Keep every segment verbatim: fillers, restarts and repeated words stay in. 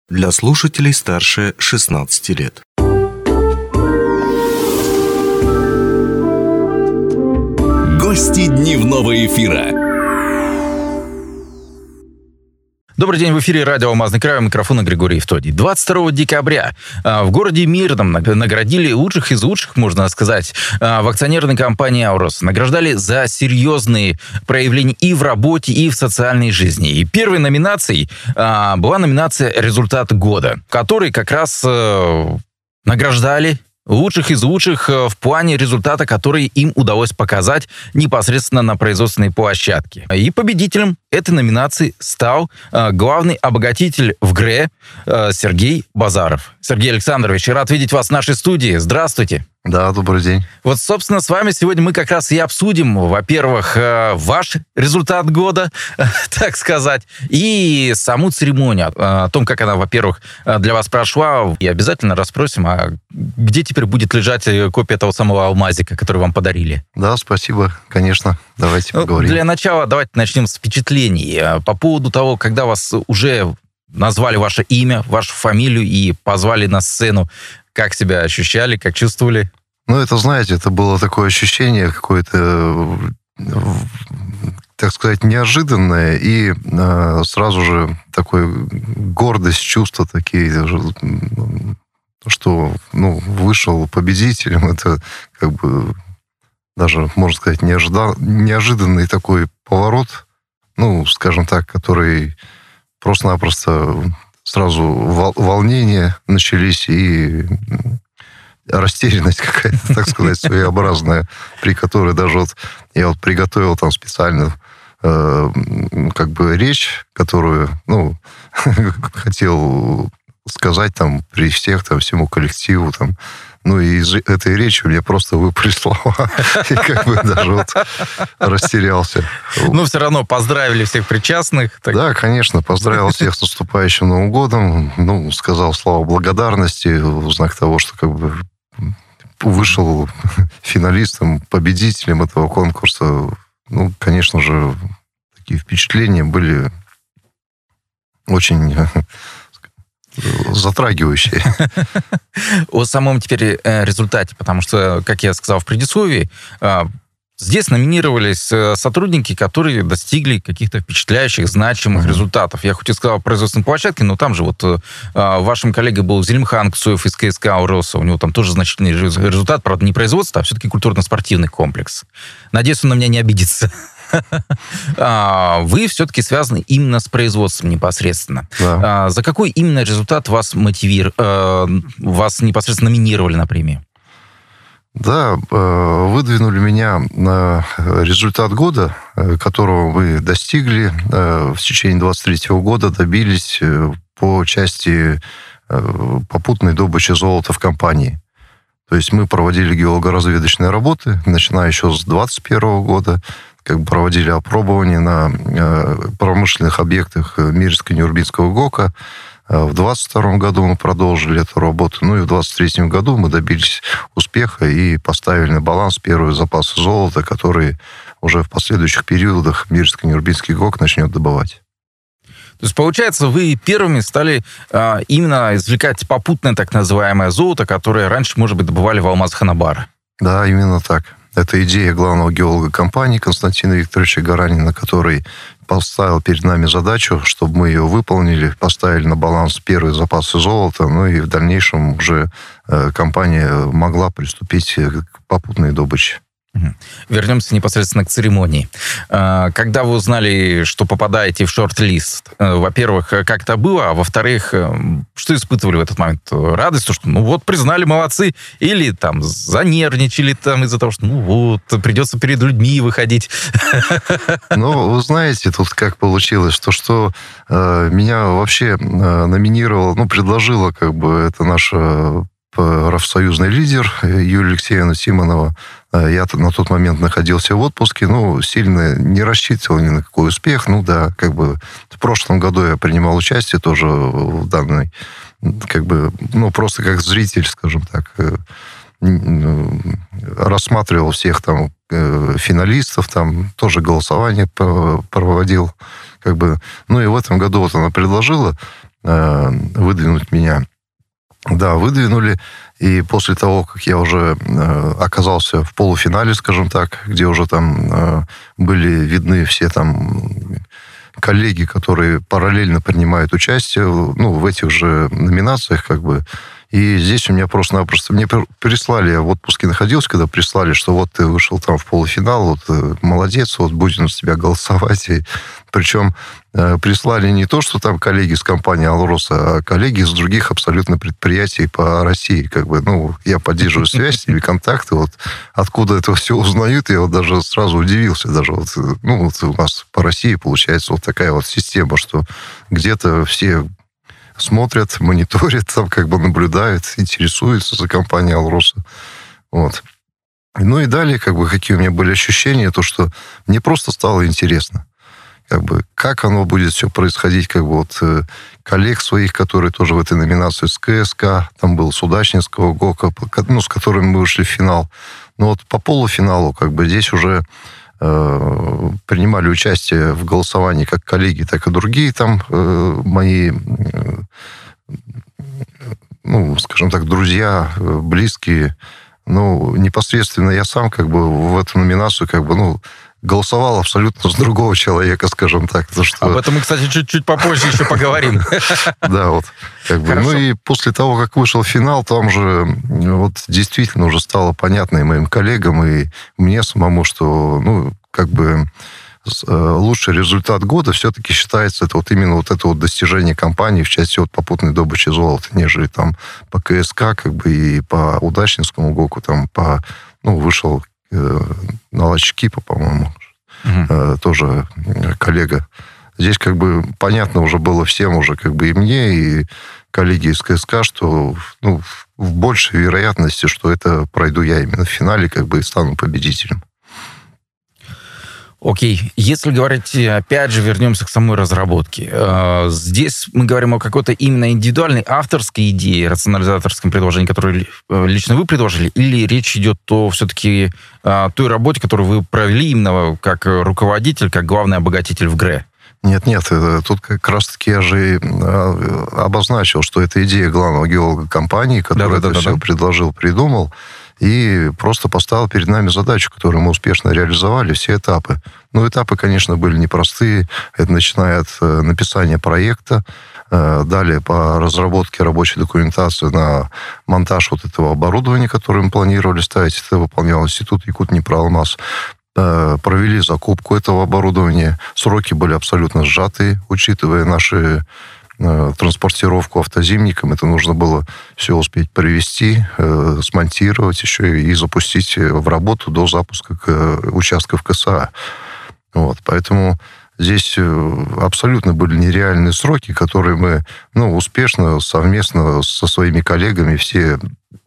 Для слушателей старше шестнадцати лет. Гости дневного эфира. Добрый день, в эфире радио «Алмазный край», у микрофона Григорий Евтодий. двадцать второго декабря в городе Мирном наградили лучших из лучших, можно сказать, в акционерной компании «Аурос». Награждали за серьезные проявления и в работе, и в социальной жизни. И первой номинацией была номинация «Результат года», в которой как раз награждали лучших из лучших в плане результата, который им удалось показать непосредственно на производственной площадке. И победителем этой номинации стал э, главный обогатитель в ГРЭ э, Сергей Базаров. Сергей Александрович, рад видеть вас в нашей студии. Здравствуйте. Да, добрый день. Вот, собственно, с вами сегодня мы как раз и обсудим, во-первых, ваш результат года, так сказать, и саму церемонию, о том, как она, во-первых, для вас прошла, и обязательно расспросим, а где теперь будет лежать копия того самого алмазика, который вам подарили? Да, спасибо, конечно. Давайте поговорим. Для начала давайте начнем с впечатлений. По поводу того, когда вас уже назвали ваше имя, вашу фамилию и позвали на сцену, как себя ощущали, как чувствовали? Ну, это, знаете, это было такое ощущение какое-то, так сказать, неожиданное, и э, сразу же такое гордость, чувства такие, что, ну, вышел победителем. Это как бы даже, можно сказать, неожида... неожиданный такой поворот, ну, скажем так, который просто-напросто сразу волнения начались и растерянность какая-то, так сказать, своеобразная, при которой даже вот я вот приготовил там специально э, как бы речь, которую, ну, хотел сказать там при всех, там, всему коллективу, там, ну, и из этой речи мне просто выпали слова. И как бы даже вот растерялся. Но все равно поздравили всех причастных. Так... Да, конечно, поздравил всех с наступающим Новым годом. Ну, сказал слова благодарности в знак того, что как бы вышел финалистом, победителем этого конкурса. Ну, конечно же, такие впечатления были очень затрагивающие. О самом теперь результате, потому что, как я сказал в предисловии, здесь номинировались сотрудники, которые достигли каких-то впечатляющих, значимых mm-hmm. результатов. Я хоть и сказал о производственной площадке, но там же вот вашим коллегой был Зелимхан Ксуев из КСК «Ауроса». У него там тоже значительный результат, правда, не производство, а все-таки культурно-спортивный комплекс. Надеюсь, он на меня не обидится. Вы все-таки связаны именно с производством непосредственно. Да. За какой именно результат вас мотивировали, вас непосредственно номинировали на премию? Да, выдвинули меня на результат года, которого мы достигли в течение двадцать третьего года, добились по части попутной добычи золота в компании. То есть мы проводили геолого-разведочные работы, начиная еще с двадцать первого года, как бы проводили опробования на промышленных объектах Мирско-Нюрбинского ГОКа. В двадцать втором году мы продолжили эту работу, ну и в двадцать третьем году мы добились успеха и поставили на баланс первые запасы золота, которые уже в последующих периодах Мирско-Нюрбинский ГОК начнет добывать. То есть, получается, вы первыми стали а, именно извлекать попутное так называемое золото, которое раньше, может быть, добывали в алмазах Анабара. Да, именно так. Это идея главного геолога компании Константина Викторовича Гаранина, который поставил перед нами задачу, чтобы мы ее выполнили, поставили на баланс первые запасы золота, ну и в дальнейшем уже э, компания могла приступить к попутной добыче. Вернемся непосредственно к церемонии. Когда вы узнали, что попадаете в шорт-лист, во-первых, как это было, а во-вторых, что испытывали в этот момент? Радость, то, что ну вот признали, молодцы, или там занервничали там из-за того, что ну вот придется перед людьми выходить? Ну, вы знаете, тут как получилось, что, что э, меня вообще э, номинировал, ну, предложила как бы это наша профсоюзный лидер Юлия Алексеевна Симонова. Я на тот момент находился в отпуске, ну, сильно не рассчитывал ни на какой успех. Ну, да, как бы в прошлом году я принимал участие тоже в данной, как бы, ну, просто как зритель, скажем так, рассматривал всех там финалистов, там тоже голосование проводил, как бы. Ну, и в этом году вот она предложила выдвинуть меня. Да, выдвинули, и после того, как я уже э, оказался в полуфинале, скажем так, где уже там э, были видны все там коллеги, которые параллельно принимают участие, ну, в этих же номинациях, как бы, и здесь у меня просто-напросто... Мне прислали, я в отпуске находился, когда прислали, что вот ты вышел там в полуфинал, вот молодец, вот будем с тебя голосовать. И, причем э, прислали не то, что там коллеги с компании «Алроса», а коллеги из других абсолютно предприятий по России. Как бы, ну, я поддерживаю связь или контакты. Вот откуда это все узнают, я вот даже сразу удивился. Даже вот, ну, вот у нас по России получается вот такая вот система, что где-то все смотрят, мониторят, там как бы наблюдают, интересуются за компанией «Алроса». Вот. Ну и далее, как бы, какие у меня были ощущения, то, что мне просто стало интересно, как бы, как оно будет все происходить, как бы, вот, коллег своих, которые тоже в этой номинации с КСК, там был с Удачнинского, ГОКа, ну, с которыми мы вышли в финал. Но вот по полуфиналу, как бы, здесь уже э, принимали участие в голосовании как коллеги, так и другие там э, мои, э, ну, скажем так, друзья, э, близкие. Ну, непосредственно я сам, как бы, в эту номинацию, как бы, ну, голосовал абсолютно с другого человека, скажем так. То, что... Об этом мы, кстати, чуть-чуть попозже еще поговорим. Да, вот. Как бы. Ну и после того, как вышел финал, там же вот действительно уже стало понятно и моим коллегам, и мне самому, что, ну, как бы лучший результат года все-таки считается это вот именно вот это вот достижение компании в части вот попутной добычи золота, нежели там по КСК, как бы, и по Удачнинскому ГОКу, там по, ну, вышел э, наладчик Кипа, по-моему, угу. э, тоже коллега. Здесь как бы понятно уже было всем уже, как бы и мне, и коллеги из КСК, что, ну, в большей вероятности, что это пройду я именно в финале, как бы, и стану победителем. Окей, если говорить, опять же, вернемся к самой разработке. Здесь мы говорим о какой-то именно индивидуальной авторской идее, рационализаторском предложении, которое лично вы предложили, или речь идет о все-таки о той работе, которую вы провели именно как руководитель, как главный обогатитель в ГРЭ? Нет, нет, тут как раз-таки я же обозначил, что это идея главного геолога компании, который да, это да, все да. предложил, придумал, и просто поставил перед нами задачу, которую мы успешно реализовали, все этапы. Ну, этапы, конечно, были непростые. Это начиная от написания проекта, далее по разработке рабочей документации на монтаж вот этого оборудования, которое мы планировали ставить. Это выполнял институт Якутднепроалмаз. Провели закупку этого оборудования. Сроки были абсолютно сжатые, учитывая наши транспортировку автозимником. Это нужно было все успеть привезти, э, смонтировать еще и запустить в работу до запуска к, участков КСА. Вот. Поэтому здесь абсолютно были нереальные сроки, которые мы, ну, успешно, совместно со своими коллегами все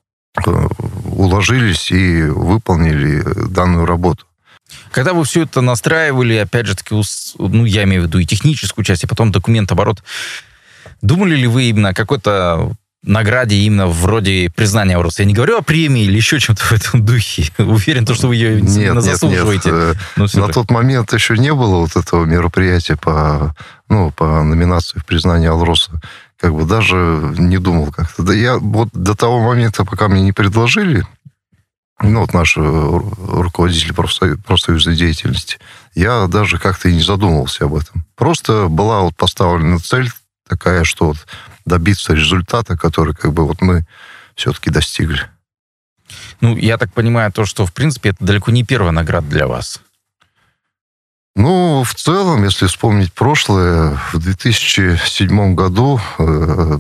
уложились и выполнили данную работу. Когда вы все это настраивали, опять же таки, ну, я имею в виду и техническую часть, и потом документооборот, думали ли вы именно о какой-то награде именно вроде признания «Алроса»? Я не говорю о премии или еще чем-то в этом духе. Уверен, что вы ее нет, нет, заслуживаете. Нет. На же. Тот момент еще не было вот этого мероприятия по, ну, по номинации в признании «Алроса». Как бы даже не думал как-то. Да я вот до того момента, пока мне не предложили, ну, вот наши руководители профсоюз, профсоюзной деятельности, я даже как-то и не задумывался об этом. Просто была вот поставлена цель такая, что вот добиться результата, который как бы вот мы все-таки достигли. Ну, я так понимаю, то, что, в принципе, это далеко не первая награда для вас. Ну, в целом, если вспомнить прошлое, в две тысячи седьмом году э,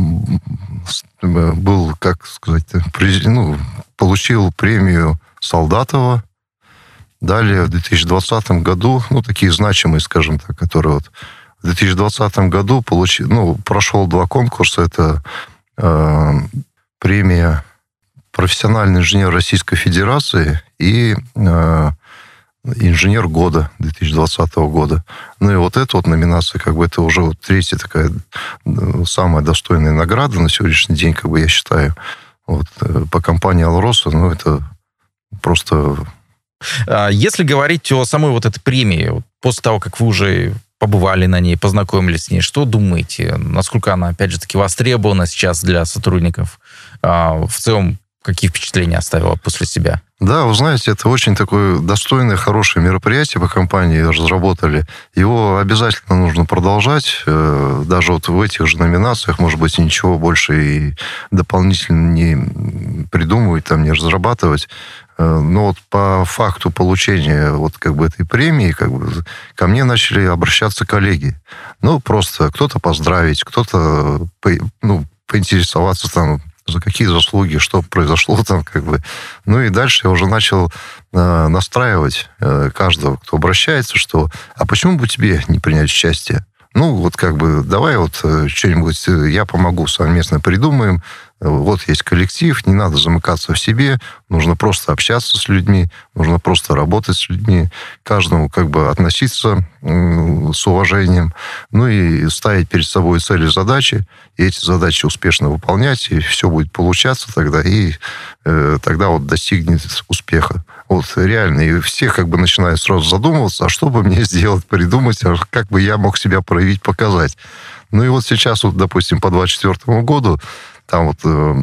был, как сказать, ну, получил премию Солдатова. Далее, в две тысячи двадцатом году, ну, такие значимые, скажем так, которые вот в две тысячи двадцатом году получил, ну, прошел два конкурса. Это э, премия «Профессиональный инженер Российской Федерации» и э, «Инженер года» две тысячи двадцатого года. Ну и вот эта вот номинация, как бы, это уже вот третья такая самая достойная награда на сегодняшний день, как бы, я считаю. Вот, по компании «Алроса», ну, это просто... Если говорить о самой вот этой премии, после того, как вы уже побывали на ней, познакомились с ней. Что думаете? Насколько она, опять же таки, востребована сейчас для сотрудников? В целом, какие впечатления оставила после себя? Да, вы знаете, это очень такое достойное, хорошее мероприятие по компании разработали. Его обязательно нужно продолжать. Даже вот в этих же номинациях, может быть, ничего больше и дополнительно не придумывать, там, не разрабатывать. Но вот по факту получения вот как бы этой премии как бы ко мне начали обращаться коллеги. Ну, просто кто-то поздравить, кто-то ну, поинтересоваться там, за какие заслуги, что произошло там, как бы. Ну и дальше я уже начал э, настраивать э, каждого, кто обращается, что а почему бы тебе не принять участие? Ну, вот как бы давай вот э, что-нибудь э, я помогу, совместно придумаем. Вот есть коллектив, не надо замыкаться в себе, нужно просто общаться с людьми, нужно просто работать с людьми, каждому как бы относиться э, с уважением, ну и ставить перед собой цели, задачи, и эти задачи успешно выполнять, и все будет получаться тогда, и э, тогда вот достигнет успеха. Вот реально, и все как бы начинают сразу задумываться, а что бы мне сделать, придумать, а как бы я мог себя проявить, показать. Ну и вот сейчас, вот, допустим, по двадцать четвёртому году, там вот э,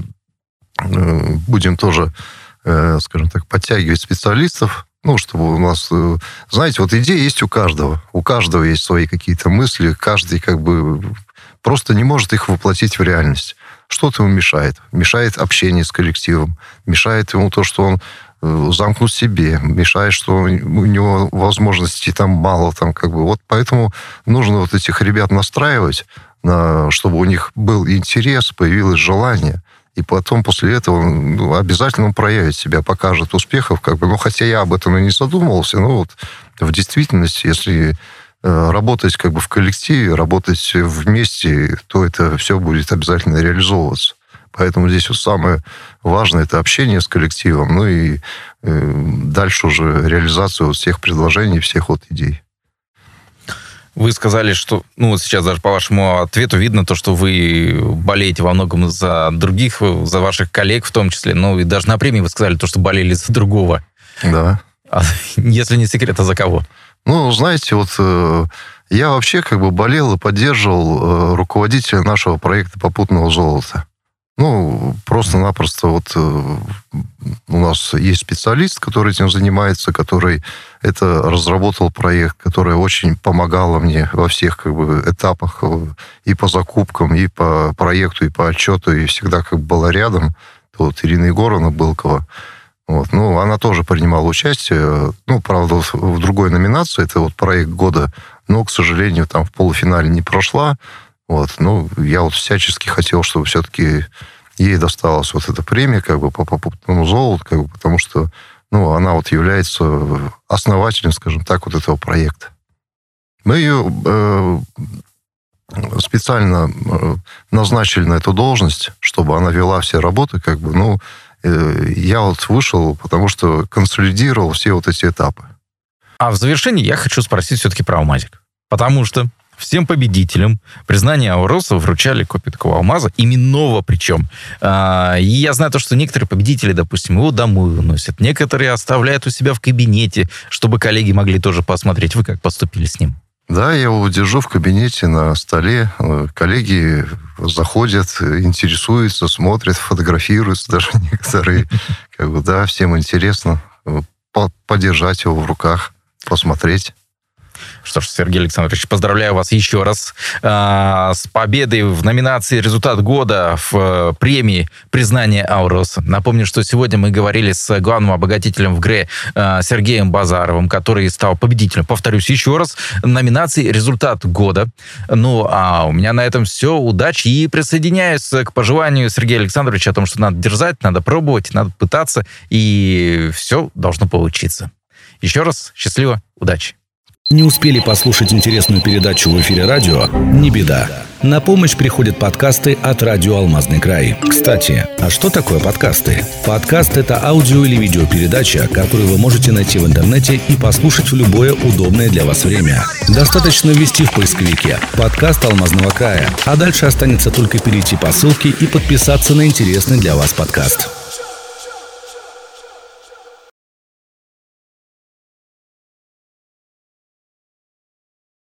э, будем тоже, э, скажем так, подтягивать специалистов, ну, чтобы у нас... Э, знаете, вот идеи есть у каждого. У каждого есть свои какие-то мысли, каждый как бы просто не может их воплотить в реальность. Что-то ему мешает. Мешает общение с коллективом, мешает ему то, что он э, замкнут в себе, мешает, что у него возможностей там мало. Там, как бы. Вот поэтому нужно вот этих ребят настраивать, чтобы у них был интерес, появилось желание. И потом после этого ну, обязательно он проявит себя, покажет успехов. Как бы, ну, хотя я об этом и не задумывался, но вот в действительности, если э, работать как бы в коллективе, работать вместе, то это все будет обязательно реализовываться. Поэтому здесь вот самое важное – это общение с коллективом, ну и э, дальше уже реализация вот всех предложений, всех вот идей. Вы сказали, что, ну, вот сейчас даже по вашему ответу видно то, что вы болеете во многом за других, за ваших коллег в том числе. Ну, и даже на премии вы сказали то, что болели за другого. Да. А, если не секрет, а за кого? Ну, знаете, вот э, я вообще как бы болел и поддерживал э, руководителя нашего проекта «Попутного золота». Ну, просто-напросто вот э, у нас есть специалист, который этим занимается, который это разработал проект, который очень помогала мне во всех как бы этапах и по закупкам, и по проекту, и по отчету, и всегда как бы была рядом. Вот Ирина Егоровна Былкова. Вот. Ну, она тоже принимала участие. Ну, правда, в другой номинации, это вот проект года, но, к сожалению, там в полуфинале не прошла. Вот. Ну, я вот всячески хотел, чтобы все-таки ей досталась вот эта премия как бы по попутному золоту, как бы, потому что ну, она вот является основателем, скажем так, вот этого проекта. Мы ее э, специально э, назначили на эту должность, чтобы она вела все работы, как бы, ну, э, я вот вышел, потому что консолидировал все вот эти этапы. А в завершении я хочу спросить все-таки про алмазик. Потому что всем победителям признание Ауроса вручали копию такого алмаза, именного причем. А, и я знаю то, что некоторые победители, допустим, его домой выносят, некоторые оставляют у себя в кабинете, чтобы коллеги могли тоже посмотреть. Вы как поступили с ним? Да, я его держу в кабинете на столе. Коллеги заходят, интересуются, смотрят, фотографируются даже некоторые. Как бы, да, всем интересно подержать его в руках, посмотреть. Что ж, Сергей Александрович, поздравляю вас еще раз э, с победой в номинации «Результат года» в э, премии «Признание Ауроса». Напомню, что сегодня мы говорили с главным обогатителем в ГРЭ э, Сергеем Базаровым, который стал победителем, повторюсь еще раз, номинации «Результат года». Ну, а у меня на этом все. Удачи и присоединяюсь к пожеланию Сергея Александровича о том, что надо дерзать, надо пробовать, надо пытаться, и все должно получиться. Еще раз счастливо, удачи. Не успели послушать интересную передачу в эфире радио? Не беда. На помощь приходят подкасты от радио «Алмазный край». Кстати, а что такое подкасты? Подкаст – это аудио- или видеопередача, которую вы можете найти в интернете и послушать в любое удобное для вас время. Достаточно ввести в поисковике «Подкаст Алмазного края», а дальше останется только перейти по ссылке и подписаться на интересный для вас подкаст.